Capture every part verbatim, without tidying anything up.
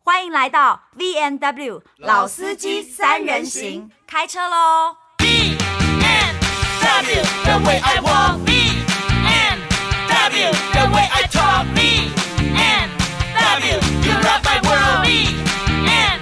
欢迎来到 V N W 老司机三人行，开车喽 ！V N W the way I walk, V N W the way I talk, V N W you rock my world, V N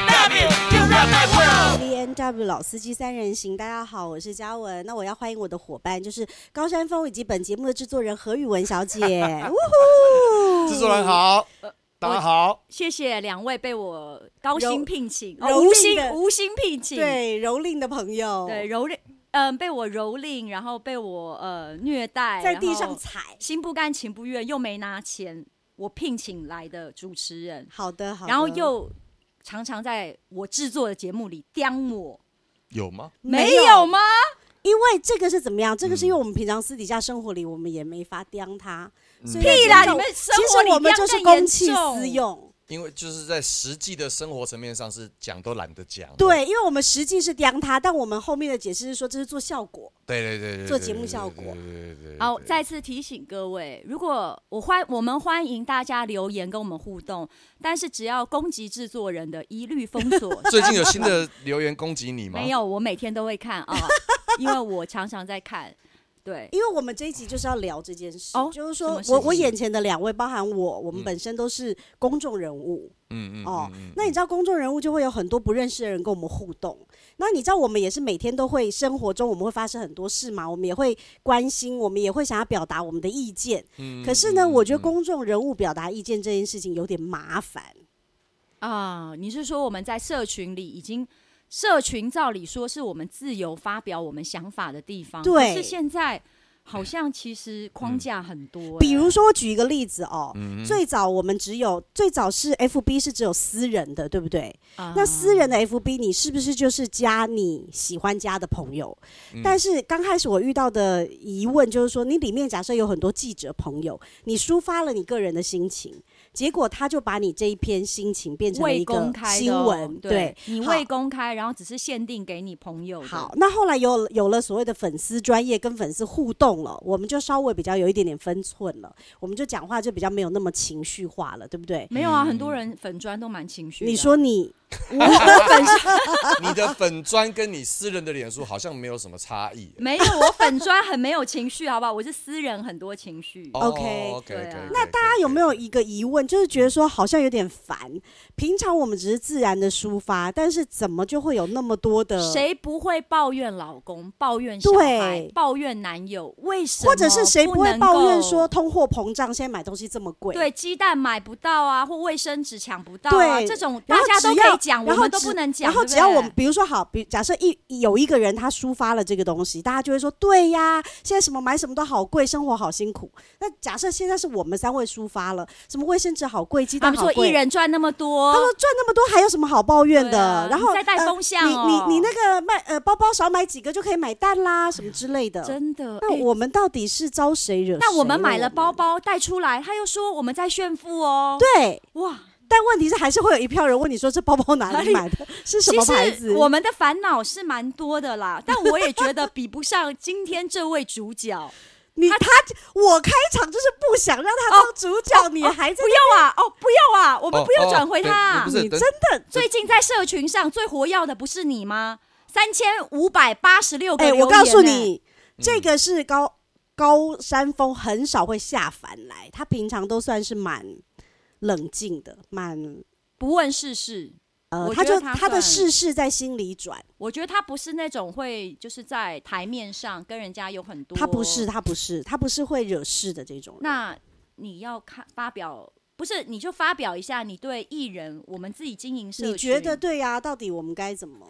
W you rock my world。 V N W 老司机三人行，大家好，我是嘉文。那我要欢迎我的伙伴，就是高山峰以及本节目的制作人何宇文小姐。呜呼！ 制作人好。大家好， 谢谢两位被我高薪聘请， 蹂无薪躏的无薪聘请， 对蹂躏的朋友， 对蹂躏，嗯、呃，被我蹂躏，然后被我呃虐待， 在地上踩， 心不甘情不愿，又没拿钱，我聘请来的主持人， 好的好的， 然后又常常在我制作的节目里刁我， 有吗？ 没有吗？ 因为这个是怎么样？这个是因为我们平常私底下生活里，我们也没法刁他。 嗯、 所以屁啦！你们生活里其实我们就是公器私用。 因为就是在实际的生活层面上是讲都懒得讲。 对，因为我们实际是刁他，但我们后面的解释是说这是做效果。 对对对对， 做节目效果。 对对对。 好，再次提醒各位，如果我欢我们欢迎大家留言跟我们互动，但是只要攻击制作人的，一律封锁。 最近有新的留言攻击你吗？ 没有，我每天都会看啊，因为我常常在看。对， 因为我们这一集就是要聊这件事，哦、就是说我我眼前的两位，包含我，我们本身都是公众人物，嗯嗯哦，嗯嗯那你知道公众人物就会有很多不认识的人跟我们互动，那你知道我们也是每天都会生活中我们会发生很多事嘛，我们也会关心，我们也会想要表达我们的意见，嗯、可是呢，嗯、我觉得公众人物表达意见这件事情有点麻烦啊。你是说我们在社群里已经？社群照理说是我们自由发表我们想法的地方， 对。 可是现在好像其实框架很多、欸。 比如说，我举一个例子哦， 嗯、 最早我们只有最早是 F B 是只有私人的，对不对？啊、那私人的 F B 你是不是就是加你喜欢加的朋友？嗯、但是刚开始我遇到的疑问就是说，你里面假设有很多记者朋友，你抒发了你个人的心情。结果他就把你这一篇心情变成了一个新闻， 对，对你未公开，然后只是限定给你朋友的。 好，那后来有有了所谓的粉丝专业跟粉丝互动了，我们就稍微比较有一点点分寸了，我们就讲话就比较没有那么情绪化了，对不对？ 没有啊，很多人粉专都蛮情绪的。 你说你。 我的粉你的粉专跟你私人的脸书好像没有什么差异。 没有，我粉专很没有情绪，好不好？我是私人很多情绪。 Oh, OK OK OK。 那大家有没有一个疑问，就是觉得说好像有点烦？平常我们只是自然的抒发，但是怎么就会有那么多的？ 谁不会抱怨老公、抱怨小孩、抱怨男友？为什么？ 或者是谁不会抱怨说通货膨胀，现在买东西这么贵？ 对，鸡蛋买不到啊，或卫生纸抢不到啊，这种大家都可以讲，我们都不能讲。 然后只要我们，比如说好，比假设一有一个人他抒发了这个东西，大家就会说，对呀，现在什么买什么都好贵，生活好辛苦。那假设现在是我们三位抒发了，什么卫生纸好贵，鸡蛋好贵， 他们说一人赚那么多， 他说赚那么多还有什么好抱怨的？ 啊、 然后再带风向、哦呃，你你你那个卖呃包包少买几个就可以买蛋啦，什么之类的。 真的， 那我们到底是招谁惹谁？ 那我们买了包包带出来，他又说我们在炫富哦。 对， 哇。 但问题是，还是会有一票人问你说：“这包包哪里买的？是什么牌子？” 我们的烦恼是蛮多的啦，但我也觉得比不上今天这位主角。 你他我开场就是不想让他当主角，哦、你还在、 哦、不要啊！哦，不要啊！我们不要转回他、啊。 哦哦、 你真的最近在社群上最活跃的不是你吗？三千五百八十六个留言、欸。 我告诉你，这个是高高山峰很少会下凡来，他平常都算是蛮。冷静的，蛮不问世事， 呃，他就他的世事在心里转。 我觉得他不是那种会就是在台面上跟人家有很多， 他不是，他不是，他不是会惹事的这种人。 那你要看发表，不是你就发表一下你对艺人，我们自己经营社群， 你觉得对呀、啊？到底我们该怎么？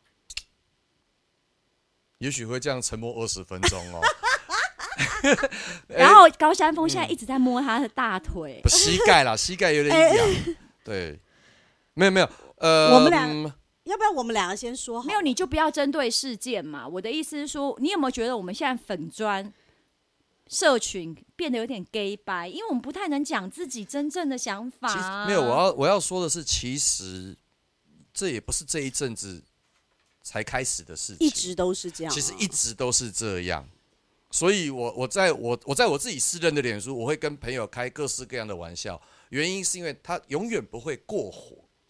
也许会这样沉默二十分钟哦。 然后高山峰现在一直在摸他的大腿， 不膝盖啦，膝盖有点痒。欸、对，没有没有，呃， 我们俩、嗯、要不要我们两个先说好？ 没有，你就不要针对事件嘛。我的意思是说，你有没有觉得我们现在粉专社群变得有点 gay 掰？因为我们不太能讲自己真正的想法、啊。 没有，我要我要说的是，其实这也不是这一阵子才开始的事情， 一直都是这样、啊。 其实一直都是这样。所以我我在我我在我自己私人的脸书，我会跟朋友开各式各样的玩笑，原因是因为他永远不会过火，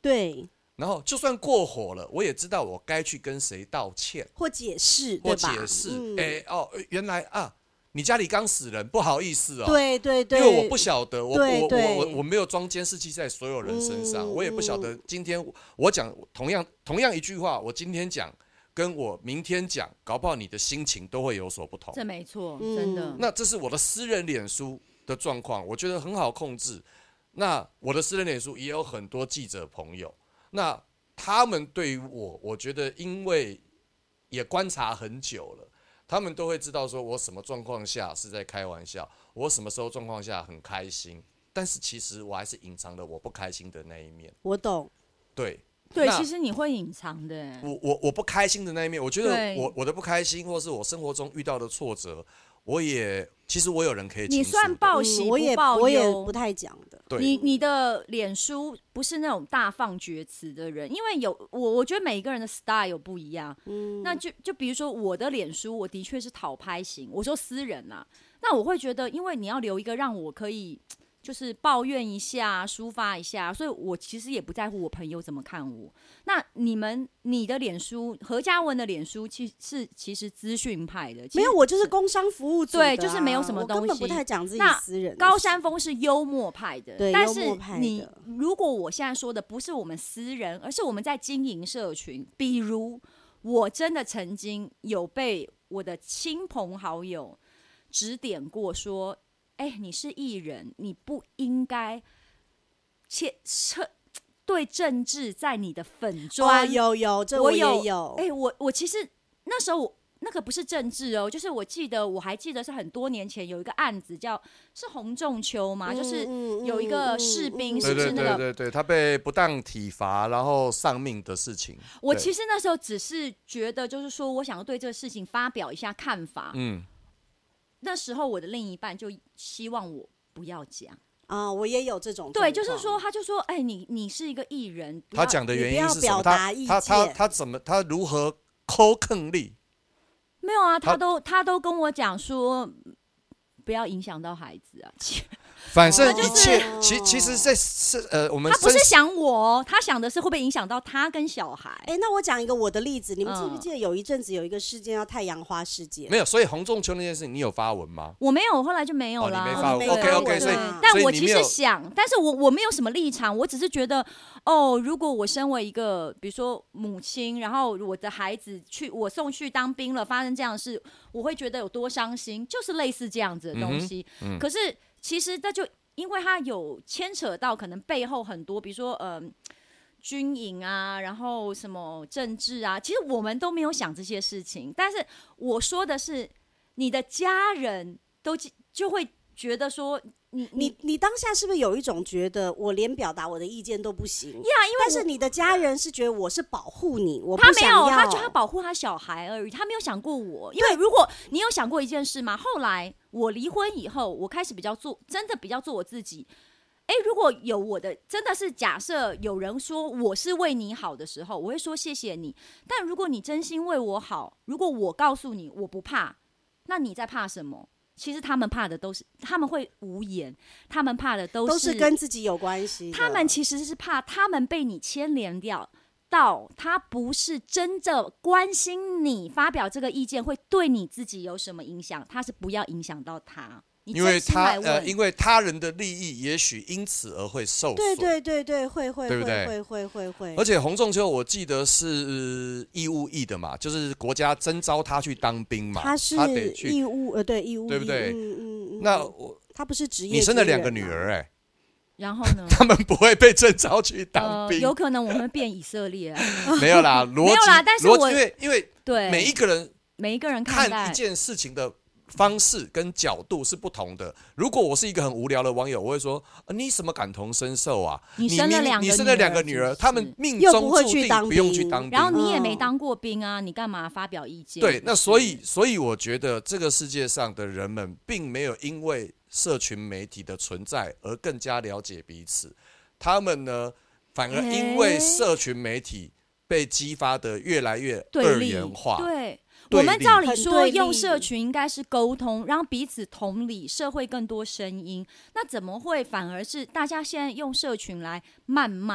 对， 然后就算过火了，我也知道我该去跟谁道歉或解释， 或对吧？ 解释。 嗯哎、哦，原来啊，你家里刚死人，不好意思哦。 对对对， 因为我不晓得，我我对对我我我没有装监视器在所有人身上， 嗯我也不晓得今天我讲同样同样一句话，我今天讲跟我明天讲，搞不好你的心情都会有所不同。 这没错， 嗯真的。 那这是我的私人脸书的状况，我觉得很好控制。那我的私人脸书也有很多记者朋友，那他们对于我，我觉得因为也观察很久了，他们都会知道说我什么状况下是在开玩笑，我什么时候状况下很开心，但是其实我还是隐藏了我不开心的那一面。 我懂。 对。 对， 那其实你会隐藏的。 我我我不开心的那一面，我觉得对我我的不开心，或是我生活中遇到的挫折，我也其实我有人可以倾诉的。 你算报喜嗯我也不报忧， 我也不太讲的。 对你你的脸书不是那种大放厥词的人，因为有我，我觉得每一个人的 style 不一样。嗯，那就就比如说我的脸书，我的确是讨拍型，我说私人啊，那我会觉得，因为你要留一个让我可以就是抱怨一下、抒发一下，所以我其实也不在乎我朋友怎么看我。那你们你的脸书，何嘉文的脸书其是其实资讯派的，其实没有，我就是工商服务组的啊、 对就是没有什么东西我根本不太讲自己那私人的事。 高山峰是幽默派的， 对但是幽默派的你如果我现在说的不是我们私人，而是我们在经营社群，比如我真的曾经有被我的亲朋好友指点过说，哎，你是艺人，你不应该切彻对政治在你的粉专、 哦、有有，这我也有。 哎，我我其实那时候我那个不是政治哦，就是我记得我还记得是很多年前有一个案子叫是洪仲丘嘛， 嗯就是有一个士兵， 嗯是不是那个？ 对对对对，他被不当体罚然后丧命的事情。 我对其实那时候只是觉得，就是说我想要对这个事情发表一下看法。 嗯， 那时候我的另一半就希望我不要讲。 啊、我也有这种状况。 对，就是说，他就说，哎，你你是一个艺人，不要他讲的原因是什么？ 你不要表达意见他他他他怎么他如何抠坑力？ 没有啊，他他都他都跟我讲说，不要影响到孩子啊。 反正他就是一切，其其实在是呃，我们他不是真想我哦，他想的是会不会影响到他跟小孩。 哎、那我讲一个我的例子，你们记不嗯记得有一阵子有一个事件叫太阳花事件？ 没有，所以洪仲丘那件事情，你有发文吗？ 我没有，我后来就没有哦， 啦。 你没发文哦你没 ，OK OK， 发文所以啊但我其所以你没有实想，但是我我没有什么立场，我只是觉得，哦，如果我身为一个，比如说母亲，然后我的孩子去我送去当兵了，发生这样的事，我会觉得有多伤心，就是类似这样子的东西。 嗯嗯可是其实这就因为它有牵扯到可能背后很多，比如说呃军营啊，然后什么政治啊，其实我们都没有想这些事情。但是我说的是，你的家人都就会觉得说。你你你当下是不是有一种觉得我连表达我的意见都不行？呀，因为但是你的家人是觉得我是保护你，我不他没有， 想要他就他保护他小孩而已，他没有想过我。因为如果你有想过一件事吗？后来我离婚以后，我开始比较做，真的比较做我自己。哎，如果有我的，真的是假设有人说我是为你好的时候，我会说谢谢你。但如果你真心为我好，如果我告诉你我不怕，那你在怕什么？其实他们怕的都是，他们会无言，他们怕的都是都是跟自己有关系的。 他们其实是怕他们被你牵连掉，到他不是真的关心你发表这个意见会对你自己有什么影响，他是不要影响到他。你因为真心他来问呃，因为他人的利益也许因此而会受损。 对对对对，会会对不对会会会会。 而且洪仲丘我记得是义务役的嘛，就是国家征召他去当兵嘛， 他是得去。 义务呃，对义务役， 对不对嗯嗯嗯。 那我他不是职业， 你生了两个女儿哎、欸， 然后呢？ 他们不会被征召去当呃， 兵？ 有可能我们变以色列、啊， 没有啦，逻辑没有啦但是我逻辑因为因为对， 每一个人每一个人看待看一件事情的方式跟角度是不同的。如果我是一个很无聊的网友，我会说：呃、你什么感同身受啊？ 你生了两个你生了两个女儿， 女儿是不是他们命又不会中注定去当不用兵去当兵。 然后你也没嗯当过兵啊，你干嘛发表意见？ 对，那所以所以我觉得这个世界上的人们并没有因为社群媒体的存在而更加了解彼此，他们呢反而因为社群媒体被激发的越来越二对立元化。 对。 对我们照理很说， 对立用社群应该是沟通，让彼此同理，社会更多声音。那怎么会反而是大家现在用社群来谩骂？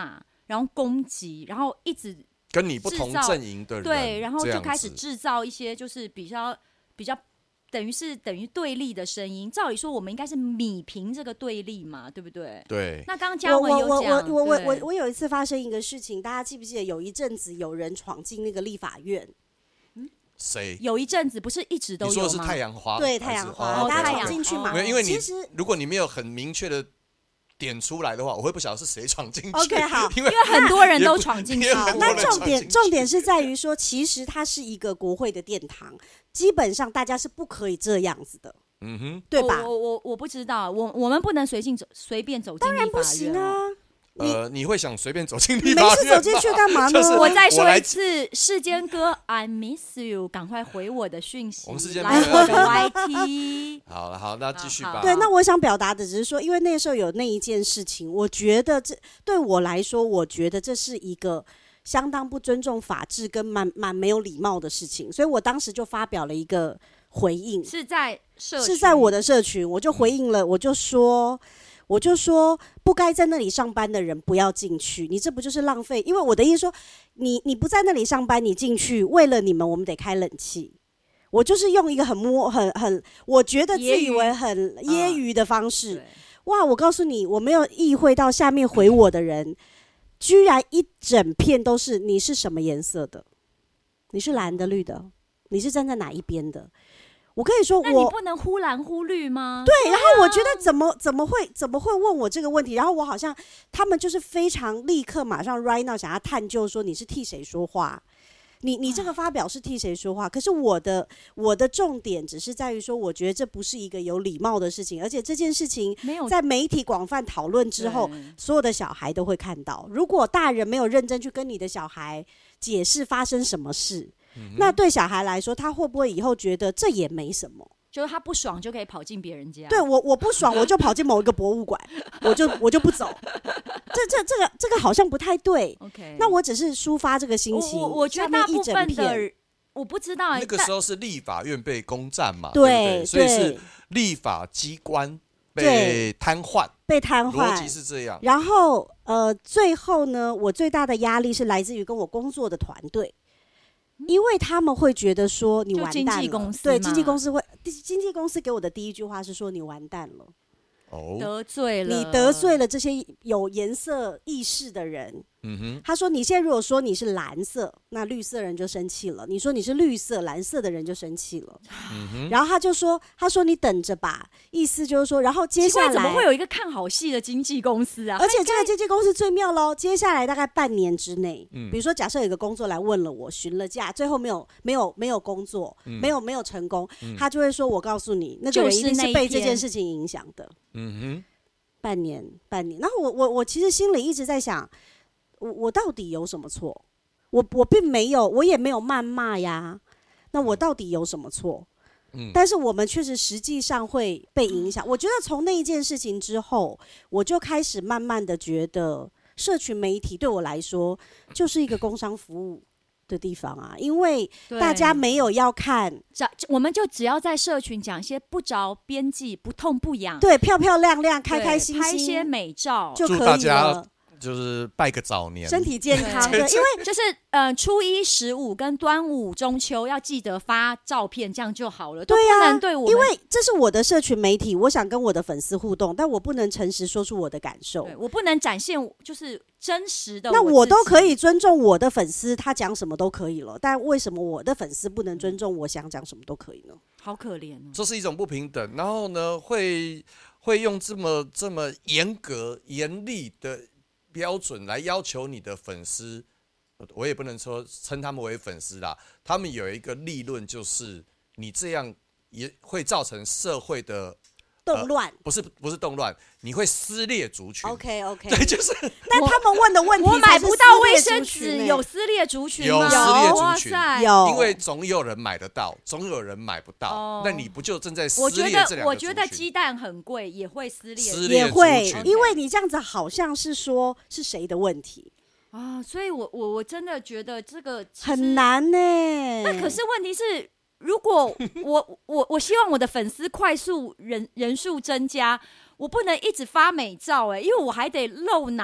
然后攻击，然后一直跟你不同阵营的人， 对，然后就开始这样子制造一些就是比较比较等于是等于对立的声音。照理说，我们应该是弭平这个对立嘛，对不对？ 对。 那刚刚嘉文有讲， 我我我我对我我有一次发生一个事情，大家记不记得？有一阵子有人闯进那个立法院， 谁？ 有一阵子不是一直都有吗？ 你说的是太阳花？ 对，太阳花， 哦大家太阳闯进去嘛。 没有，因为你其实如果你没有很明确的点出来的话，我会不晓得是谁闯进去。 OK， 好因为因为很多人都闯进去也不。很多那人重点闯进去重点是在于说，其实它是一个国会的殿堂，基本上大家是不可以这样子的， 嗯哼， 对吧？ 我我我不知道，我我们不能随进走随便走进当然不立法院行啊！ 呃，你会想随便走进你没立法院吗？ 事走进去干嘛呢？ 就是我再说我来一次，世坚哥 ，I miss you，赶快回我的讯息， 我们世坚来没有我的 Y T。 好了，好，那继续吧。 好对，那我想表达的只是说，因为那时候有那一件事情，我觉得这对我来说，我觉得这是一个相当不尊重法治跟蛮蛮没有礼貌的事情，所以我当时就发表了一个回应， 是在社是在我的社群，我就回应了，我就说。我就说，不该在那里上班的人不要进去，你这不就是浪费？因为我的意思说，你你不在那里上班，你进去，为了你们，我们得开冷气。我就是用一个很摸、很很，我觉得自以为很揶揄的方式。 对哇！我告诉你，我没有意会到下面回我的人，居然一整片都是你是什么颜色的？你是蓝的、绿的？你是站在哪一边的？我可以说我， 那你不能忽蓝忽绿吗？ 对，然后我觉得怎么怎么会怎么会问我这个问题？然后我好像他们就是非常立刻马上 right now 想要探究说你是替谁说话，你你这个发表是替谁说话？可是我的我的重点只是在于说，我觉得这不是一个有礼貌的事情，而且这件事情没有在媒体广泛讨论之后， 对所有的小孩都会看到。如果大人没有认真去跟你的小孩解释发生什么事， 嗯那对小孩来说，他会不会以后觉得这也没什么？ 就是他不爽就可以跑进别人家。 对我我不爽，我就跑进某一个博物馆，我就我就不走。这这这个这个好像不太对。 ，OK， 那我只是抒发这个心情。 我我我觉得下面一大部分整片的我不知道欸， 那个但时候是立法院被攻占嘛， 对对不对？所以对是立法机关被对瘫痪， 被瘫逻辑痪。 是这样。 然后呃，最后呢，我最大的压力是来自于跟我工作的团队。因为他们会觉得说你就完蛋了， 经纪公司嘛对经纪公司会，经纪公司给我的第一句话是说你完蛋了， 哦， 得罪了， 你得罪了这些有颜色意识的人。 嗯哼， 他说：“你现在如果说你是蓝色，那绿色人就生气了；你说你是绿色，蓝色的人就生气了。 嗯哼， 然后他就说：“他说你等着吧。”意思就是说，然后接奇怪， 下来怎么会有一个看好戏的经纪公司啊？ 而且这个经纪公司最妙喽，接下来大概半年之内， 嗯比如说假设有一个工作来问了我，询了假，最后没有没有没有工作， 嗯没有没有成功， 嗯他就会说：“我告诉你，那个人一定就是那一是被这天件事情影响的。” 嗯半年，半年。然后我我我其实心里一直在想，我我到底有什么错？我我并没有，我也没有谩骂呀。那我到底有什么错？ 嗯但是我们确实实际上会被影响。我觉得从那一件事情之后，我就开始慢慢的觉得，社群媒体对我来说就是一个工商服务的地方啊，因为对大家没有要看， 只我们就只要在社群讲一些不着边际、不痛不痒， 对，漂漂亮亮、 对开开心拍一些心美照， 祝就可以大家了， 就是拜个早年， 身体健康。 对对，因为就是呃初一十五跟端午、中秋要记得发照片，这样就好了， 对都不呀、 能对我们， 因为这是我的社群媒体，我想跟我的粉丝互动，但我不能诚实说出我的感受对。我不能展现就是真实的那我自己我都可以尊重我的粉丝，他讲什么都可以了，但为什么我的粉丝不能尊重我想讲什么都可以呢？ 好可怜哦。 这是一种不平等。然后呢，会会用这么这么严格、严厉的标准来要求你的粉丝，我也不能说称他们为粉丝啦。他们有一个立论，就是你这样也会造成社会的动乱。 不是不是动乱，你会撕裂族群。 OK OK， 对，就是但他们问的问题我买不到卫生纸， 才是撕裂族群欸有撕裂族群吗？ 有撕裂族群哇塞有， 因为总有人买得到，总有人买不到， 哦那你不就正在撕我觉裂这两个得我觉得族群鸡蛋很贵，也会撕裂撕裂也会族群， 因为你这样子好像是说是谁的问题， 啊，所以我我我真的觉得这个其实很。难呢、 那可是问题是，如果我我我希望我的粉丝快速人人数增加，我不能一直发美照哎、因为我还得露奶，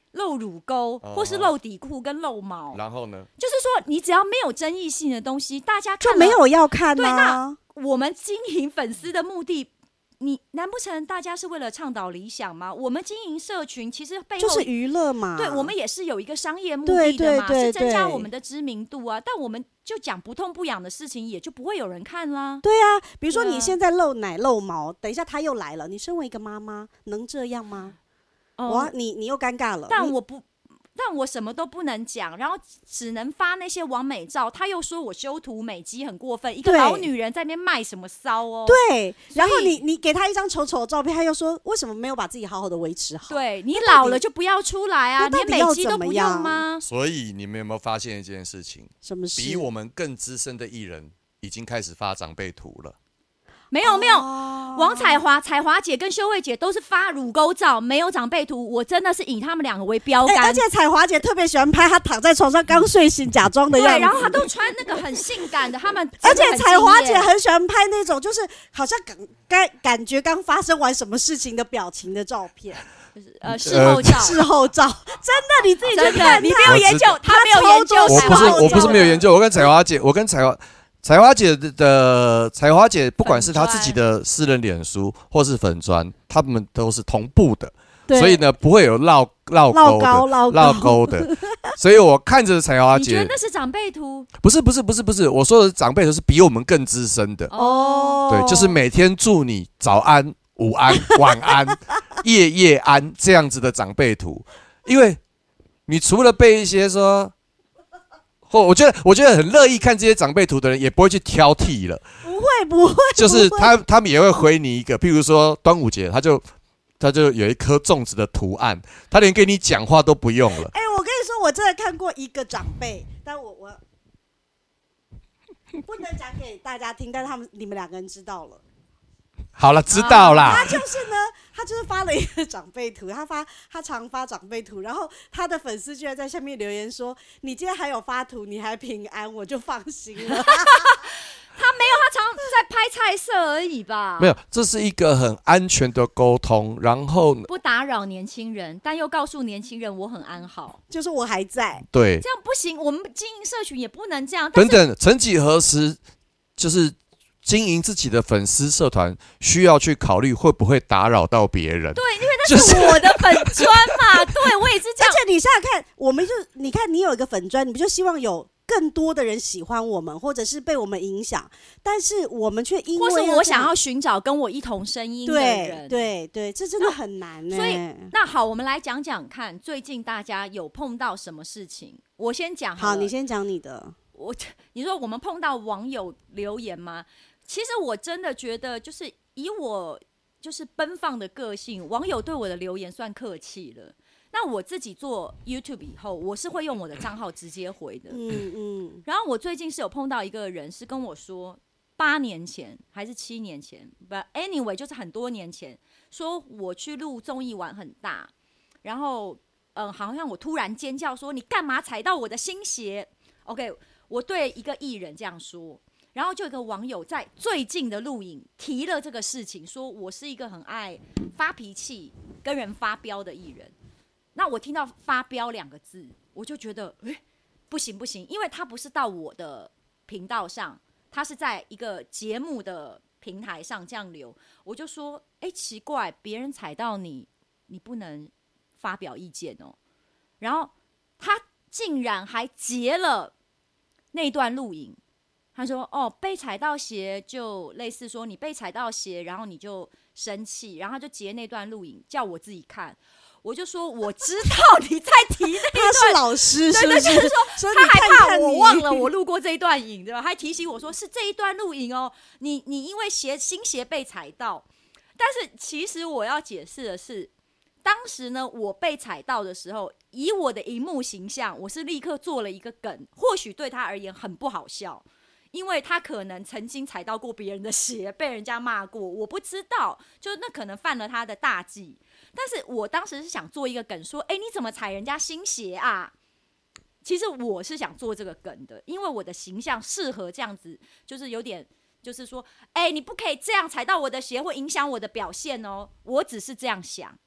露乳沟，或是露底裤跟露毛。 然后呢？ 就是说，你只要没有争议性的东西，大家看就没有要看啊。 对，那我们经营粉丝的目的。你难不成大家是为了倡导理想吗？我们经营社群其实背后就是娱乐嘛， 对，我们也是有一个商业目的的嘛， 对对对对， 是增加我们的知名度啊。但我们就讲不痛不痒的事情，也就不会有人看啦。 对啊，比如说你现在露奶露毛，等一下他又来了，你身为一个妈妈，能这样吗？ 哦、 哇，你你又尴尬了。 但我不。但我什么都不能讲，然后只能发那些完美照。他又说我修图美肌很过分，一个老女人在那边卖什么骚哦？ 对，然后你你给他一张丑丑的照片，他又说为什么没有把自己好好的维持好？ 对，你老了就不要出来啊，连美肌都不用吗？ 所以你们有没有发现一件事情？ 什么事？ 比我们更资深的艺人已经开始发长辈图了。 没有没有，哦、王彩华、彩华姐跟秀慧姐都是发乳沟照，没有长辈图。我真的是以他们两个为标杆、 欸。而且彩华姐特别喜欢拍她躺在床上刚睡醒假装的样子， 对，然后她都穿那个很性感的，他们而且彩华姐很喜欢拍那种就是好像感感觉刚发生完什么事情的表情的照片。 呃，事后照， 事后照，真的你自己去看， 你没有研究，他没有研究， 我不是我不是没有研究，我跟彩华姐，我跟彩华。彩华姐的彩华姐，不管是她自己的私人脸书或是粉专，他们都是同步的，所以呢不会有绕绕沟的绕沟的。所以我看着彩华姐， 你觉得那是长辈图？ 不是不是不是不是，我说的长辈图是比我们更资深的哦。对，就是每天祝你早安、午安、晚安、夜夜安这样子的长辈图，因为你除了被一些说。或我觉得，我觉得很乐意看这些长辈图的人，也不会去挑剔了。 不会，不会， 就是他他们也会回你一个，譬如说端午节，他就他就有一颗粽子的图案，他连跟你讲话都不用了。 哎、欸，我跟你说，我真的看过一个长辈，但我我不能讲给大家听，但是他们你们两个人知道了。 好了，知道啦。 他就是呢，他就是发了一个长辈图，他发他常发长辈图，然后他的粉丝居然在下面留言说：“你今天还有发图，你还平安，我就放心了。” 他没有，他常在拍菜色而已吧？ 没有，这是一个很安全的沟通，然后不打扰年轻人，但又告诉年轻人我很安好， 就是我还在。 对， 这样不行，我们经营社群也不能这样。 等等，曾几何时，就是。经营自己的粉丝社团，需要去考虑会不会打扰到别人。 对，因为那是我的粉专嘛。对，我也是这样。 而且你想想看，我们就你看，你有一个粉专，你不就希望有更多的人喜欢我们，或者是被我们影响？但是我们却因为， 或是我想要寻找跟我一同声音的人。 对对对，这真的很难呢、欸。 所以，那好，我们来讲讲看，最近大家有碰到什么事情？我先讲好了。 好，你先讲你的。 我，你说我们碰到网友留言吗？其实我真的觉得，就是以我就是奔放的个性，网友对我的留言算客气了。那我自己做 YouTube 以后，我是会用我的账号直接回的。嗯嗯。然后我最近是有碰到一个人，是跟我说，八年前还是七年前，不 ，anyway 就是很多年前，说我去录综艺玩很大，然后嗯，好像我突然尖叫说：“你干嘛踩到我的新鞋 ？”OK， 我对一个艺人这样说。然后就有一个网友在最近的录影提了这个事情，说我是一个很爱发脾气、跟人发飙的艺人。那我听到“发飙”两个字，我就觉得，哎，不行不行，因为他不是到我的频道上，他是在一个节目的平台上这样留。我就说，哎，奇怪，别人踩到你，你不能发表意见哦。然后他竟然还截了那段录影。他说：“哦，被踩到鞋就类似说你被踩到鞋，然后你就生气，然后他就截那段录影叫我自己看。我就说我知道你在提那一段， 他是老師， 对对，就是說他还怕我忘了我錄過這一段影，對吧？還提醒我說是這一段錄影哦，你你因為鞋新鞋被踩到，但是其實我要解釋的是。”當時呢，我被踩到的時候，以我的熒幕形象，我是立刻做了一個梗，或許對他而言很不好笑。因為他可能曾經踩到過別人的鞋，被人家罵過，我不知道，就那可能犯了他的大忌。但是我當時是想做一個梗，說，哎，你怎麼踩人家新鞋啊？其實我是想做這個梗的，因為我的形象適合這樣子，就是有點，就是說，哎，你不可以這樣踩到我的鞋，會影響我的表現哦。我只是這樣想。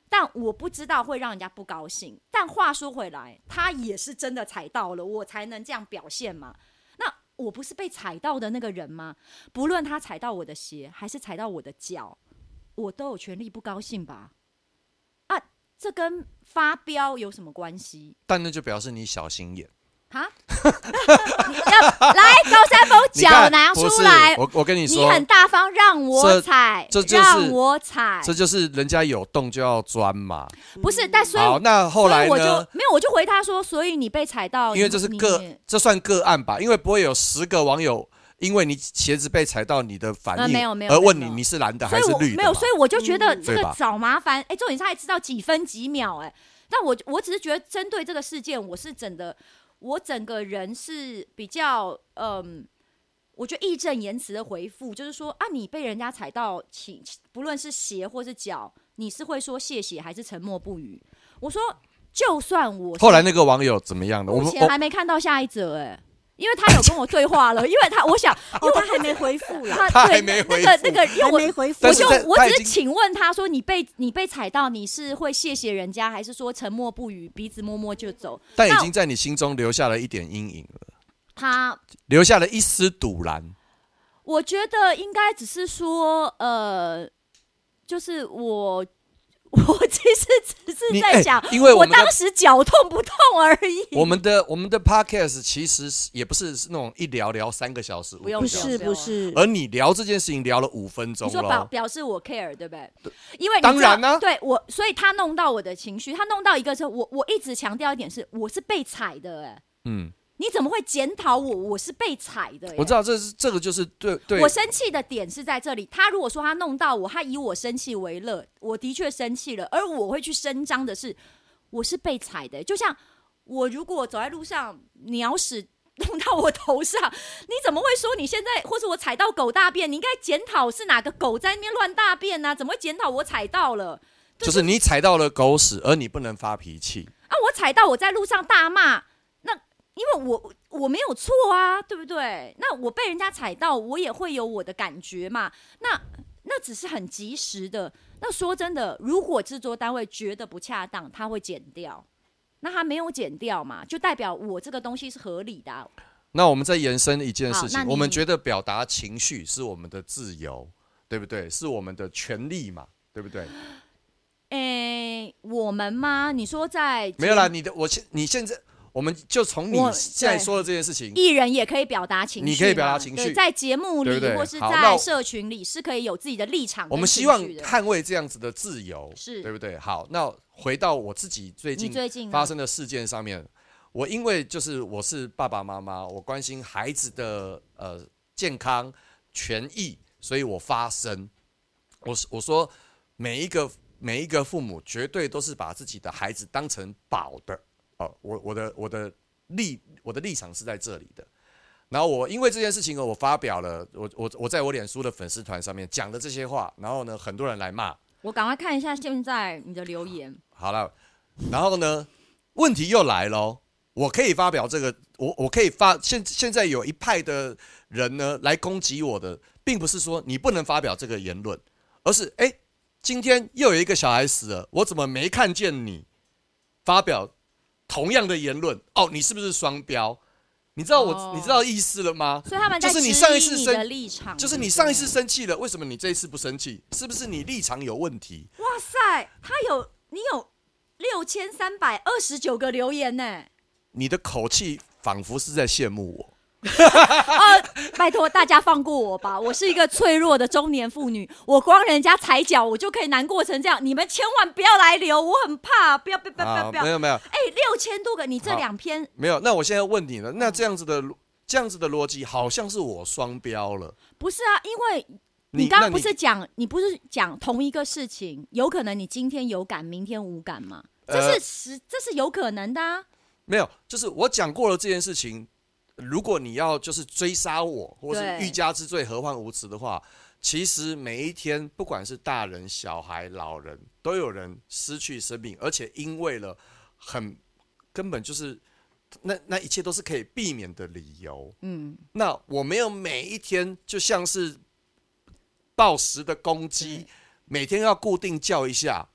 但我不知道会让人家不高兴。但话说回来，他也是真的踩到了，我才能这样表现嘛。那我不是被踩到的那个人吗？不论他踩到我的鞋，还是踩到我的脚，我都有权利不高兴吧？啊，这跟发飙有什么关系？ 但那就表示你小心眼。 哈，你要来高山峰脚拿出来， 我我跟你说， 你很大方，让我踩， 这, 这就是让我踩， 这就是人家有洞就要钻嘛。 不是，但所以好，那后来呢？ 我就没有，我就回他说，所以你被踩到， 因为这是个，这算个案吧？因为不会有十个网友因为你鞋子被踩到你的反应，呃、 没有没有而问你你是蓝的还是绿的， 没有，所以我就觉得嗯、 这个找麻烦。哎，重点是他还知道几分几秒、欸，哎，但我我只是觉得针对这个事件，我是真的。我整个人是比较，嗯，我觉得义正言辞的回复，就是说啊，你被人家踩到，请不论是鞋或是脚，你是会说谢谢还是沉默不语？我说，就算我后来那个网友怎么样的？ 目前还没看到下一则、欸，哎。因为他有跟我对话了，因为他我想， 哦，他还没回复啦， 他还没回复， 那个那个，因为我没回复， 我就我只是请问他说，你被你被踩到，你是会谢谢人家，还是说沉默不语，鼻子摸摸就走？ 但已经在你心中留下了一点阴影了， 他留下了一丝堵然。 我觉得应该只是说，呃，就是我。我其实只是在想， 因为 我, 我当时脚痛不痛而已。 我们的我们的 podcast 其实也不是那种一聊聊三个小时， 不用不是不是。 而你聊这件事情聊了五分钟， 你说表表示我 care 对不对？因为当然呢、啊， 对我，所以他弄到我的情绪，他弄到一个是我我一直强调一点是，我是被踩的、欸，哎，嗯。你怎么会检讨我？我是被踩的、欸。 我知道，这是这个就是对对。 我生气的点是在这里。他如果说他弄到我，他以我生气为乐，我的确生气了。而我会去声张的是，我是被踩的、欸。就像我如果走在路上，鸟屎弄到我头上，你怎么会说你现在，或者我踩到狗大便，你应该检讨是哪个狗在那边乱大便呢、啊？怎么会检讨我踩到了？ 就是你踩到了狗屎，而你不能发脾气啊！我踩到，我在路上大骂。因为我我没有错啊，对不对？那我被人家踩到，我也会有我的感觉嘛。那那只是很及时的。那说真的，如果制作单位觉得不恰当，他会剪掉。那他没有剪掉嘛，就代表我这个东西是合理的、啊。 那我们再延伸一件事情，我们觉得表达情绪是我们的自由，对不对？是我们的权利嘛，对不对？ 诶，我们吗？你说在没有啦，你的我现你现在。我们就从你现在说的这件事情， 艺人也可以表达情绪， 你可以表达情绪， 在节目里对对或是在社群里是可以有自己的立场。 我们希望捍卫这样子的自由， 是对不对？好，那回到我自己最近发生的事件上面，我因为就是我是爸爸妈妈，我关心孩子的呃健康权益，所以我发声。我我说每一个每一个父母绝对都是把自己的孩子当成宝的。哦，我我的我的立我的立场是在这里的，然后我因为这件事情我发表了我我我在我脸书的粉丝团上面讲的这些话，然后呢很多人来骂我，赶快看一下现在你的留言。 好了，然后呢问题又来了，我可以发表这个，我我可以发现现在有一派的人呢来攻击我的，并不是说你不能发表这个言论，而是哎今天又有一个小孩死了，我怎么没看见你发表同样的言论哦，你是不是双标？你知道我、哦，你知道意思了吗？ 所以他们在质疑你的立场， 就是你上一次生气了，为什么你这一次不生气？是不是你立场有问题？ 哇塞，他有你有六千三百二十九个留言呢！ 你的口气仿佛是在羡慕我。 呃，拜托大家放过我吧，我是一个脆弱的中年妇女，我光人家踩脚我就可以难过成这样，你们千万不要来留，我很怕，不要不要不要不要， 没有没有， 哎、欸，六千多个，你这两篇没有，那我现在问你了，那这样子的、嗯、这样子的逻辑好像是我双标了， 不是啊，因为你刚刚不是讲，你, 你不是讲同一个事情，有可能你今天有感，明天无感吗？这是实、呃，这是有可能的啊。 没有，就是我讲过了这件事情。如果你要就是追杀我，或是欲加之罪何患无辞的话，其实每一天不管是大人、小孩、老人，都有人失去生命，而且因为了很根本就是那那一切都是可以避免的理由。嗯，那我没有每一天就像是暴食的公鸡，每天要固定叫一下。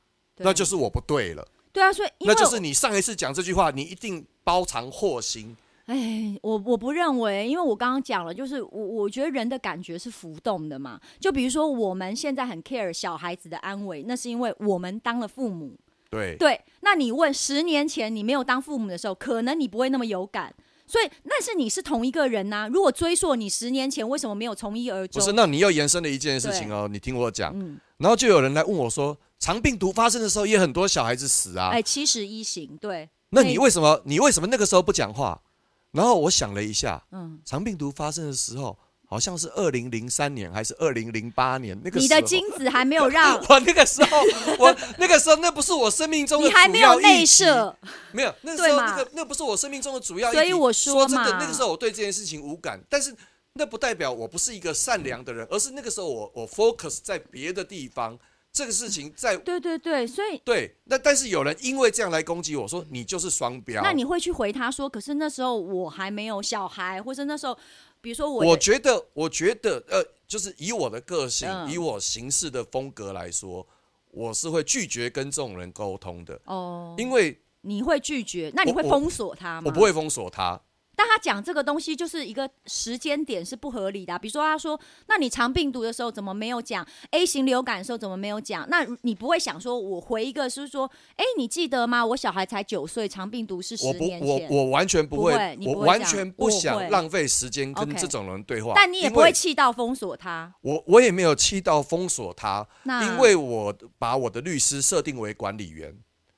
那就是我不对了。 对啊，所以因为那就是你上一次讲这句话，你一定包藏祸心。 哎，我我不认为，因为我刚刚讲了，就是我我觉得人的感觉是浮动的嘛。就比如说我们现在很 care 小孩子的安危，那是因为我们当了父母。 对对，那你问十年前你没有当父母的时候，可能你不会那么有感。所以，但是你是同一个人呐、啊。如果追溯你十年前为什么没有从一而终？ 不是，那你又延伸了一件事情哦。你听我讲、嗯，然后就有人来问我说，肠病毒发生的时候也很多小孩子死啊。 哎，七十一型，对。 那你为什么你为什么那个时候不讲话？然后我想了一下，嗯，肠病毒发生的时候好像是二零零三年还是二零零八年，那个时候你的精子还没有让我那个时候，我那个时候那不是我生命中的主要议题， 你还没有内射， 没有那个时候那个那不是我生命中的主要议题。 所以我说说真的，那个时候我对这件事情无感，但是那不代表我不是一个善良的人，而是那个时候我我 focus 在别的地方。这个事情在对对对，所以对，那但是有人因为这样来攻击我说你就是双标， 那你会去回他说，可是那时候我还没有小孩，或者那时候，比如说我， 我觉得，我觉得，呃，就是以我的个性，嗯、以我行事的风格来说，我是会拒绝跟这种人沟通的。哦，因为你会拒绝，那你会封锁他吗？ 我, 我, 我不会封锁他。 但他讲这个东西就是一个时间点是不合理的、啊，比如说他说，那你肠病毒的时候怎么没有讲 ？A 型流感的时候怎么没有讲？那你不会想说，我回一个是说，哎、欸，你记得吗？我小孩才九岁，肠病毒是十年前。 我不，我我完全不会， 不会不会我完全不想浪费时间跟这种人对话。 但你也不会气到封锁他。 我我也没有气到封锁他，因为我把我的律师设定为管理员。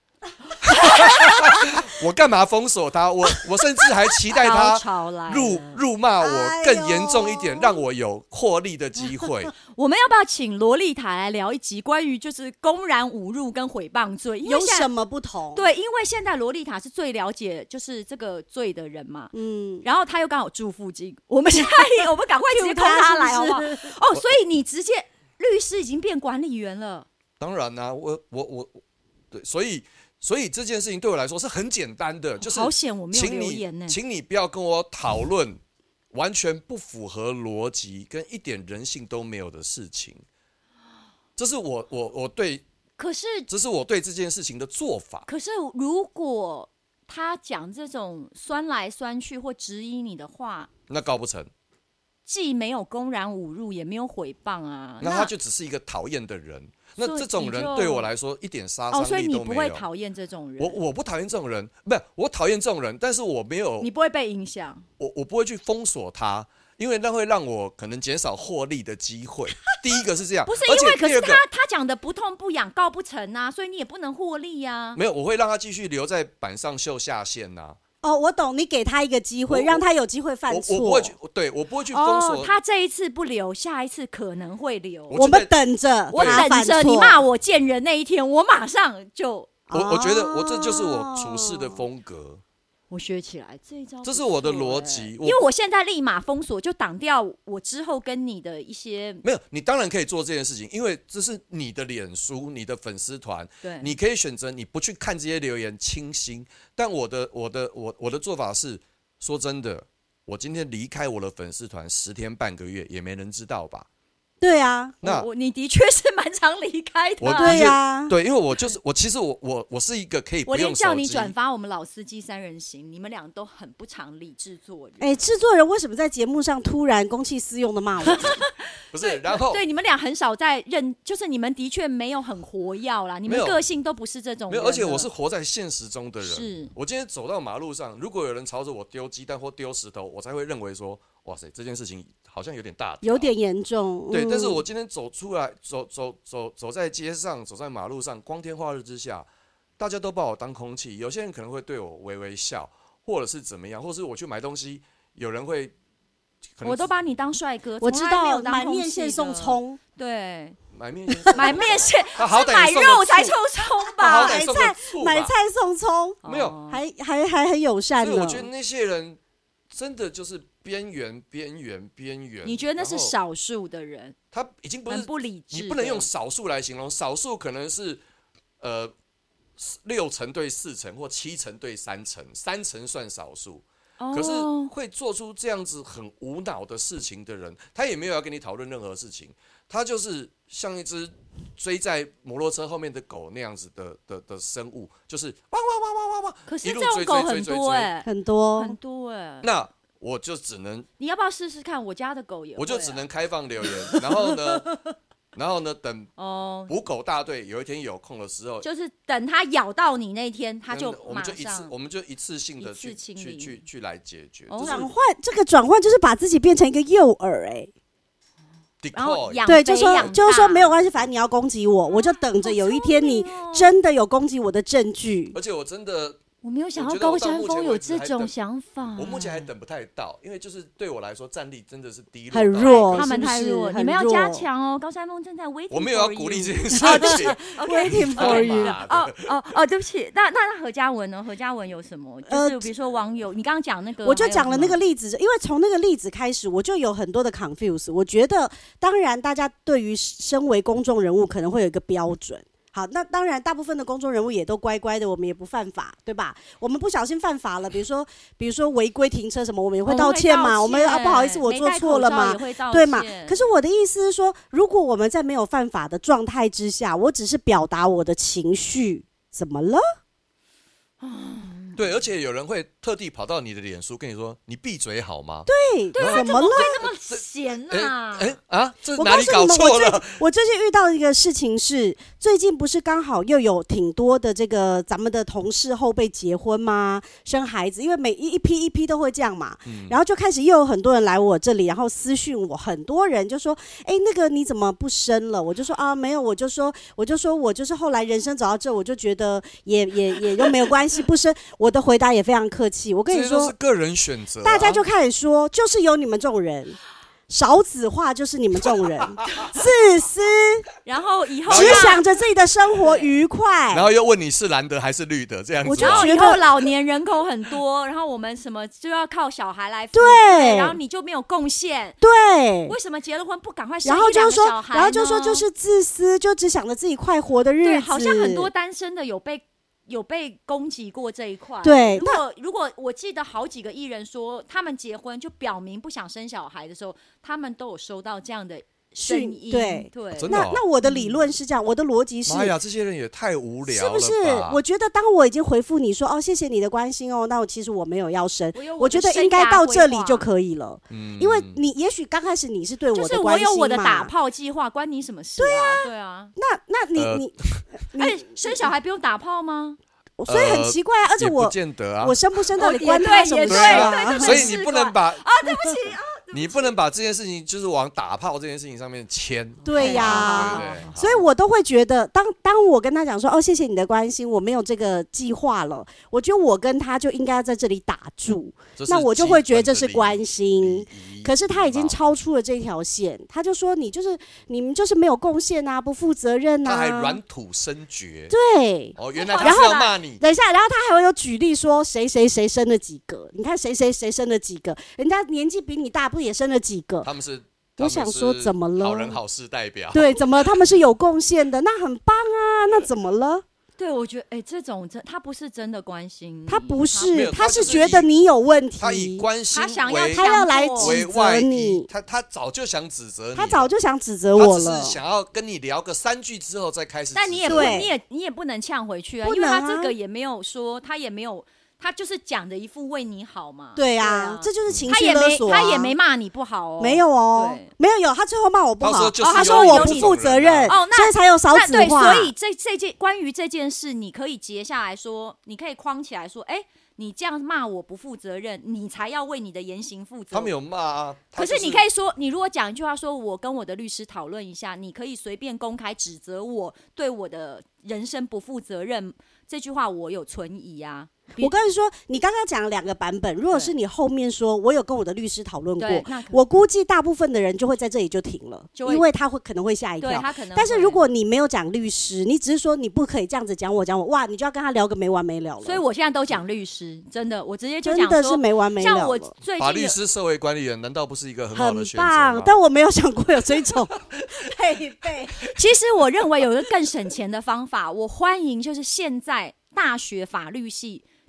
我干嘛封锁他？我我甚至还期待他辱辱骂我更严重一点，让我有获利的机会。 我们要不要请萝莉塔来聊一集关于就是公然侮辱跟诽谤罪有什么不同？ 对，因为现在萝莉塔是最了解就是这个罪的人嘛，嗯，然后他又刚好住附近，我们现在我们赶快直接通他来好不好？哦，所以你直接律师已经变管理员了？ 当然啦、啊，我我我对，所以。所以这件事情对我来说是很简单的，就是好险我没有留言呢， 请你不要跟我讨论完全不符合逻辑跟一点人性都没有的事情。这是我我我对， 可是这是我对这件事情的做法。 可是如果他讲这种酸来酸去或质疑你的话， 那告不成。 既没有公然侮辱，也没有诽谤啊， 那他就只是一个讨厌的人。那这种人对我来说一点杀伤力都没有。哦，所以你不会讨厌这种人？ 我我不讨厌这种人，不是我讨厌这种人，但是我没有。 你不会被影响？ 我我不会去封锁他，因为那会让我可能减少获利的机会。第一个是这样， 不是因为可是他他讲的不痛不痒告不成啊，所以你也不能获利啊。 没有，我会让他继续留在板上秀下限呐、啊。 哦，我懂，你给他一个机会，让他有机会犯错。 我, 我不会去，对我不会去封锁、 哦。他这一次不留，下一次可能会留。 我们等着， 我等着你骂我贱人那一天，我马上就。 我我觉得我这就是我处事的风格。 我学起来这一招， 这是我的逻辑。 因为我现在立马封锁，就挡掉我之后跟你的一些。 没有，你当然可以做这件事情，因为这是你的脸书、你的粉丝团， 对， 你可以选择你不去看这些留言，清心。但我的、我的、我我的做法是，说真的，我今天离开我的粉丝团十天半个月，也没人知道吧？ 对啊， 那我你的确是蛮常离开的、 啊。 对啊， 对，因为我就是我，其实我我我是一个可以不用手机。 我连叫你转发我们老司机三人行，你们俩都很不常理制作人。 哎、欸，制作人为什么在节目上突然公器私用的骂我？ 不是，然后对你们俩很少在认，就是你们的确没有很活跃啦，你们个性都不是这种人。 没有，而且我是活在现实中的人。 是， 我今天走到马路上，如果有人朝着我丢鸡蛋或丢石头，我才会认为说，哇塞，这件事情好像有点大， 有点严重。 对， 嗯、 但是我今天走出来，走走走走在街上，走在马路上，光天化日之下，大家都把我当空气。有些人可能会对我微微笑，或者是怎么样，或是我去买东西，有人会。 我都把你当帅哥， 我知道买面线送葱， 对， 买面线买面线， 他好歹买肉才送葱吧， 买菜买菜送葱， 没有， 还还还很友善呢。 所以我觉得那些人真的就是边缘边缘边缘。 你觉得那是少数的人？ 他已经不是很不理智， 你不能用少数来形容，少数可能是呃六成对四成或七成对三成，三成算少数。 哦、 可是会做出这样子很无脑的事情的人，他也没有要跟你讨论任何事情，他就是像一只追在摩托车后面的狗那样子的的的生物，就是汪汪汪汪汪汪。 可是这种狗很多哎、欸， 很多很多哎、欸。 那我就只能， 你要不要试试看？我家的狗也会、啊， 我就只能开放留言，然后呢？然后呢？等哦， 捕狗大队有一天有空的时候， 就是等它咬到你那一天，它就我们就一次，我们就一次性的去去去去来解决。 转换这个转换就是把自己变成一个诱饵，哎， 然后养对，就说就是说没有关系，反正你要攻击我，我就等着有一天你真的有攻击我的证据。 而且我真的。 我没有想到高山峰有这种想法， 我目前还等不太到，因为就是对我来说战力真的是低落， 很弱， 他们太弱，你们要加强哦。高山峰正在 waiting， 我没有要鼓励这件事情 ，waiting for you。 哦哦哦，对不起，那那那何嘉文呢？何嘉文有什么？就是比如说网友，你刚刚讲那个， 我就讲了那个例子，因为从那个例子开始，我就有很多的 confuse。我觉得，当然大家对于身为公众人物可能会有一个标准。好，那当然，大部分的公众人物也都乖乖的，我们也不犯法，对吧？我们不小心犯法了，比如说，比如说违规停车什么，我们也会道歉嘛。我们, 我们、啊、不好意思，我做错了嘛，对嘛？可是我的意思是说，如果我们在没有犯法的状态之下，我只是表达我的情绪，怎么了？ 对，而且有人会特地跑到你的脸书跟你说：“你闭嘴好吗？” 对， 对， 怎么了？ 那么闲啊？ 哎啊，这哪里搞错了？ 我最近遇到一个事情是，最近不是刚好又有挺多的这个咱们的同事后辈结婚吗？生孩子，因为每一一批一批都会这样嘛。嗯、然后就开始又有很多人来我这里，然后私讯我，很多人就说：“哎，那个你怎么不生了？”我就说：“啊，没有。”我就说，我就说我就是后来人生走到这，我就觉得也也也都没有关系，不生。我的回答也非常客气，我跟你说， 这都是个人选择、啊。 大家就开始说，就是有你们这种人，少子化就是你们这种人，自私， 然后以后只想着自己的生活愉快， 然后又问你是蓝的还是绿的这样子。 我就觉得以后老年人口很多，然后我们什么就要靠小孩来付对， 然后你就没有贡献， 对， 为什么结了婚不赶快生一两个小孩呢？ 然后就说就是自私，就只想着自己快活的日子。 对，好像很多单身的有被。有被攻击过这一块。 对， 如果如果我记得好几个艺人说，他们结婚就表明不想生小孩的时候，他们都有收到这样的声音。 对对， 哦、 那那我的理论是这样，我的逻辑是， 妈呀，这些人也太无聊了， 是不是？我觉得当我已经回复你说哦，谢谢你的关心哦，那我其实我没有要生，我, 我觉得应该到这里就可以了。嗯，因为你也许刚开始你是对我的关心嘛， 就是我有我的打炮计划，关你什么事、啊？对啊，对啊。 那那你、呃、你你， 哎，生小孩不用打炮吗？ 所以很奇怪啊，而且我不见得啊， 我生不生到底关他什么事啊？ 所以你不能把啊，对不起啊， 你不能把这件事情就是往打炮这件事情上面牵。 对呀、啊，对对对，所以我都会觉得，当当我跟他讲说哦，谢谢你的关心，我没有这个计划了，我觉得我跟他就应该在这里打住，那我就会觉得这是关心。可是他已经超出了这条线，他就说你就是你们就是没有贡献啊，不负责任啊， 他还软土生绝。 对， 哦，原来他是要骂你。 等一下，然后他还会有举例说谁谁谁生了几个，你看谁谁谁生了几个，人家年纪比你大，不也生了几个？ 他们是， 我想说怎么了？ 好人好事代表。 对，怎么了？他们是有贡献的，那很棒啊，那怎么了？ 对，我觉得，哎、欸，这种真他不是真的关心， 他不是，他, 他是觉得你有问题， 他以关心他想要，他要来指责你， 他他早就想指责你， 他早就想指责我了， 他只是想要跟你聊个三句之后再开始指责， 但你也不，你也你也不能呛回去啊， 啊因为他这个也没有说，他也没有。他就是讲的一副为你好嘛， 对啊，对啊，这就是情绪勒索、 啊。他也没他也没骂你不好哦， 没有哦，没有有，他最后骂我不好， 他说, 哦、他说我不负责任， 哦，那所以才有少子化。 对，所以这这件关于这件事，你可以截下来说，你可以框起来说，哎、欸，你这样骂我不负责任，你才要为你的言行负责。 他没有骂啊， 可是你可以说，你如果讲一句话，说我跟我的律师讨论一下，你可以随便公开指责我对我的人生不负责任，这句话我有存疑啊。 我跟你说，你刚刚讲了两个版本，如果是你后面说我有跟我的律师讨论过，我估计大部分的人就会在这里就停了，因为他会可能会吓一跳。但是如果你没有讲律师，你只是说你不可以这样子讲我讲我，哇，你就要跟他聊个没完没了了。 所以我现在都讲律师，真的，我直接就讲说真的是没完没了了。 像我最近把律师设为管理员，难道不是一个很好的选择吗？ 很棒，但我没有想过有这种配备。 其实我认为有一个更省钱的方法，我欢迎就是现在大学法律系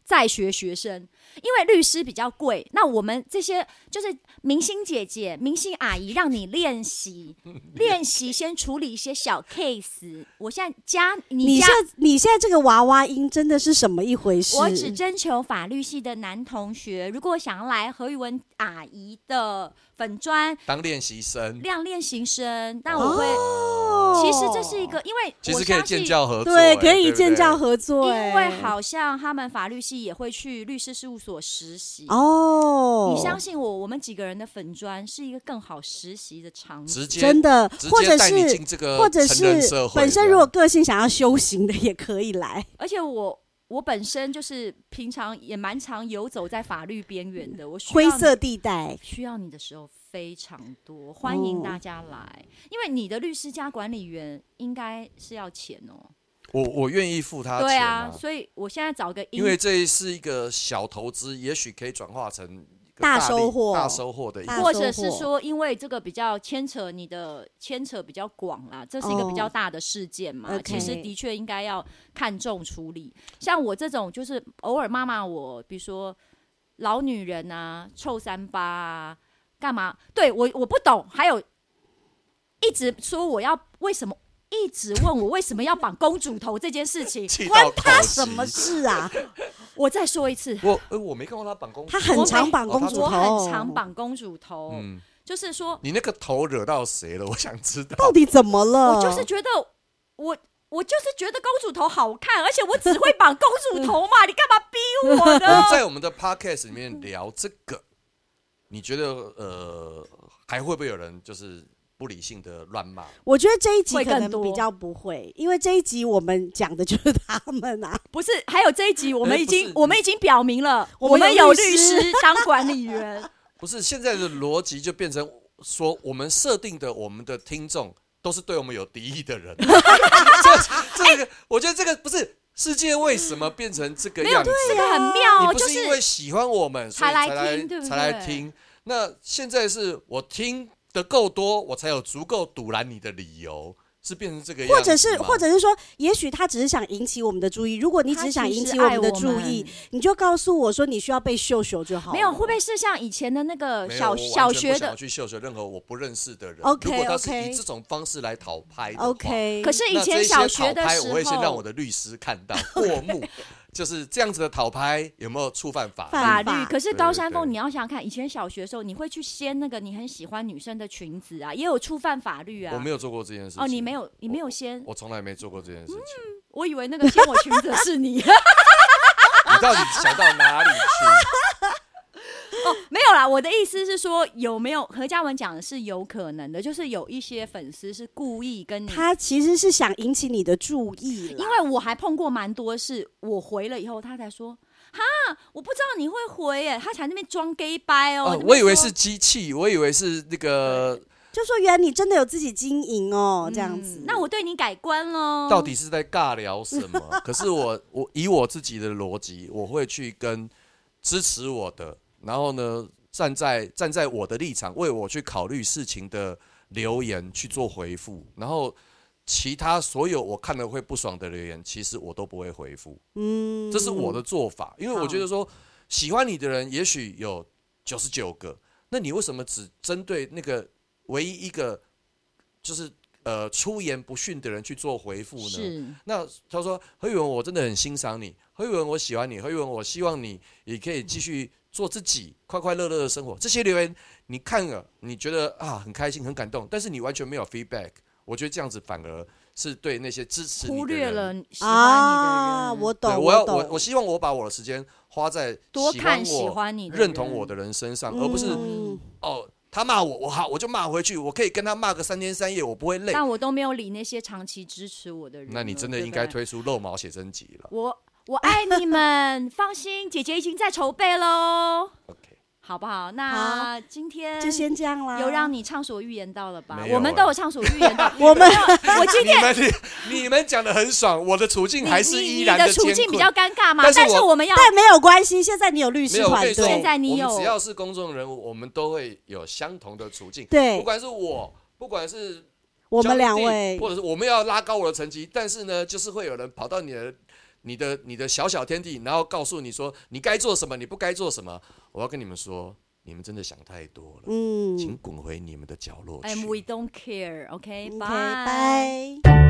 在学学生，因为律师比较贵，那我们这些就是明星姐姐、明星阿姨，让你练习练习，先处理一些小 case。我现在加你加你现在你现在这个娃娃音真的是什么一回事？ 我只征求法律系的男同学，如果想要来何宇文阿姨的粉专当练习生， 亮练习生，那我会。 哦其实这是一个，因为其实可以建教合作， 对， 欸、 可以建教作。 合作、欸， 因为好像他们法律系也会去律师事务所实习哦。 你相信我，我们几个人的粉专是一个更好实习的场所， 直接真的，或者带你是进这个或者成人是社会本身如果个性想要修行的也可以来， 而且我。我本身就是平常也蛮常游走在法律边缘的，我需要灰色地带需要你的时候非常多，欢迎大家来，哦、因为你的律师加管理员应该是要钱哦。 我我愿意付他钱、啊， 对啊，所以我现在找个， 因为这是一个小投资，也许可以转化成大收获、 大收获的一个， 或者是说，因为这个比较牵扯你的牵扯比较广啦，这是一个比较大的事件嘛，哦、其实的确应该要看重处理。像我这种，就是偶尔骂骂我，比如说老女人啊、臭三八啊，干嘛？对我我不懂，还有一直说我要为什么？一直问我为什么要绑公主头这件事情， 关他什么事啊？ 我再说一次， 我呃我没看过他绑公主头， 他很常绑公主头， 我很常绑公主头， 嗯， 就是说你那个头惹到谁了？我想知道到底怎么了？ 我就是觉得我我就是觉得公主头好看，而且我只会绑公主头嘛，你干嘛逼我呢？ 我们在我们的 podcast 里面聊这个，你觉得呃还会不会有人就是不理性的乱骂？ 我觉得这一集可能比较不会，因为这一集我们讲的就是他们啊。 不是，还有这一集我们已经、 欸、 我们已经表明了， 我们有律师当管理员。 不是，现在的逻辑就变成说，我们设定的我们的听众都是对我们有敌意的人。这这个、欸，我觉得这个不是世界为什么变成这个样子？ 这个很妙， 你不是因为喜欢我们所以才来听，对不对？ 才来听。那现在是我听的够多，我才有足够阻拦你的理由，是变成这个样子吗？ 或者是，或者是说，也许他只是想引起我们的注意。如果你只是想引起我们的注意，你就告诉我说你需要被秀秀就好了。 没有，会不会是像以前的那个小小学的？ 不想要去秀秀任何我不认识的人。 OK， 如果他是以这种方式来讨拍的话 ，OK。 可是以前小学的时候， 我会先让我的律师看到过目。就是这样子的讨拍有没有触犯法律？ 法律。可是高山峰，你要想想看，以前小学的时候，你会去掀那个你很喜欢女生的裙子啊，也有触犯法律啊。 我没有做过这件事情。 哦，你没有，你没有掀？ 我从来没做过这件事情。 嗯、我以为那个掀我裙子的是你。你到底想到哪里去？ 哦，没有啦，我的意思是说，有没有何嘉文讲的是有可能的，就是有一些粉丝是故意跟你， 他其实是想引起你的注意啦。 因为我还碰过蛮多是，我回了以后，他才说，哈，我不知道你会回耶，他才那边装 gay 掰哦、 啊。我以为是机器，我以为是那个， 就说原来你真的有自己经营哦，这样子、 嗯。那我对你改观喽。 到底是在尬聊什么？可是我我以我自己的逻辑，我会去跟支持我的。然后呢，站在站在我的立场，为我去考虑事情的留言去做回复，然后其他所有我看了会不爽的留言，其实我都不会回复。嗯，这是我的做法，因为我觉得说，喜欢你的人也许有九十九个，那你为什么只针对那个唯一一个就是呃出言不逊的人去做回复呢？ 是。 那他说何宇文，我真的很欣赏你，何宇文，我喜欢你，何宇文，我希望你也可以继续做自己，快快乐乐的生活。这些留言你看了，你觉得啊很开心、很感动，但是你完全没有 feedback。我觉得这样子反而是对那些支持你的人忽略了喜欢你的人。 啊、我懂， 我要我我我希望我把我的时间花在多看喜欢你、 认同我的人身上， 嗯、 而不是哦他骂我，我好我就骂回去，我可以跟他骂个三天三夜，我不会累。 但我都没有理那些长期支持我的人。 那你真的应该推出肉毛写真集了。 我我爱你们，放心，姐姐已经在筹备喽。 OK。 好不好？那今天就先这样啦。 有让你畅所欲言到了吧？ 欸、 我们都有畅所欲言到。 我们我今天你们你们讲的很爽，我的处境还是依然的艰困。你的处境比较尴尬嘛？ 但是但是我们要， 但没有关系。现在你有律师团队， 现在你有， 我们只要是公众人物，我们都会有相同的处境。 对， 不管是我，不管是我们两位， 或者是我们要拉高我的成绩，但是呢，就是会有人跑到你的。 你的你的小小天地，然后告诉你说你该做什么，你不该做什么。我要跟你们说，你们真的想太多了。嗯，请滚回你们的角落去。 And we don't care. OK, OK， bye. bye。